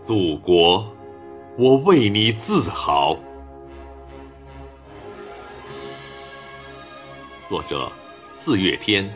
祖国，我为你自豪。作者：四月天。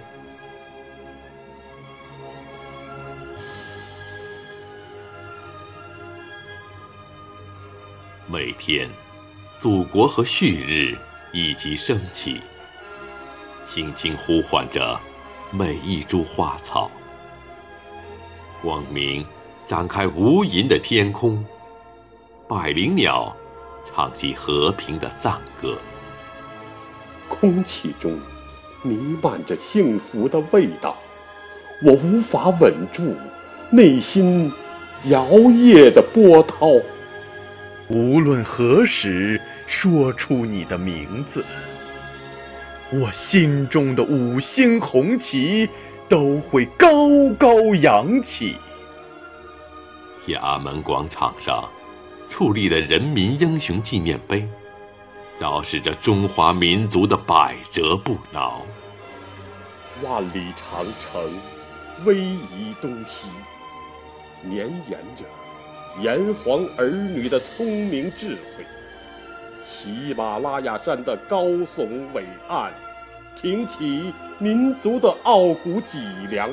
每天，祖国和旭日一起升起，轻轻呼唤着每一株花草。光明展开无垠的天空，百灵鸟唱起和平的赞歌。 空气中弥漫着幸福的味道，我无法稳住内心摇曳的波涛。 无论何时说出你的名字，我心中的五星红旗都会高高扬起。 天安门广场上矗立的人民英雄纪念碑，昭示着中华民族的百折不挠。 万里长城逶迤东西，绵延着炎黄儿女的聪明智慧。喜马拉雅山的高耸伟岸，挺起民族的傲骨脊梁。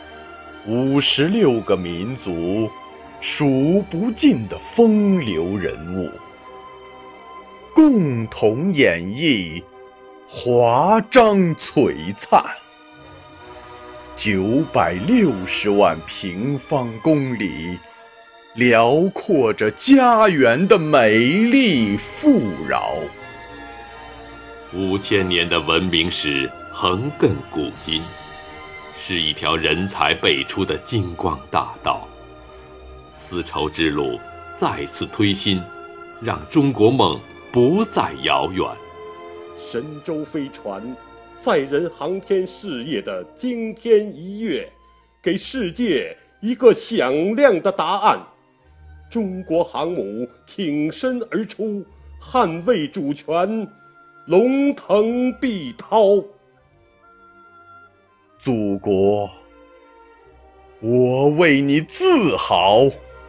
56个民族，数不尽的风流人物，共同演绎华章璀璨。960万平方公里，辽阔着家园的美丽富饶。 5000年的文明史横亘古今，是一条人才辈出的金光大道。丝绸之路再次推新，让中国梦不再遥远。 神舟飞船载人航天事业的惊天一跃，给世界一个响亮的答案。中国航母挺身而出，捍卫主权，龙腾碧涛。 祖国，我为你自豪。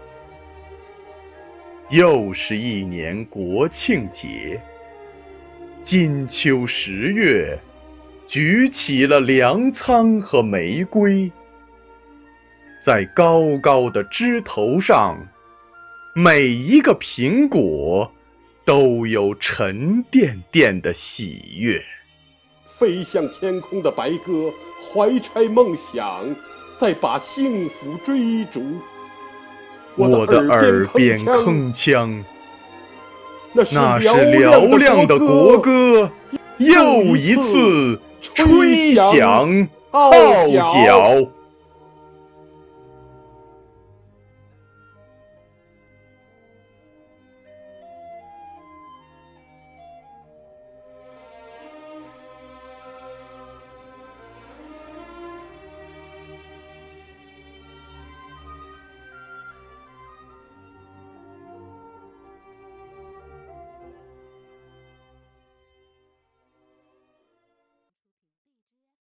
又是一年国庆节，金秋10月，举起了粮仓和玫瑰，在高高的枝头上，每一个苹果都有沉甸甸的喜悦。 飞向天空的白鸽，怀揣梦想，在把幸福追逐。 我的耳边铿锵，那是嘹亮的国歌， 又一次吹响号角。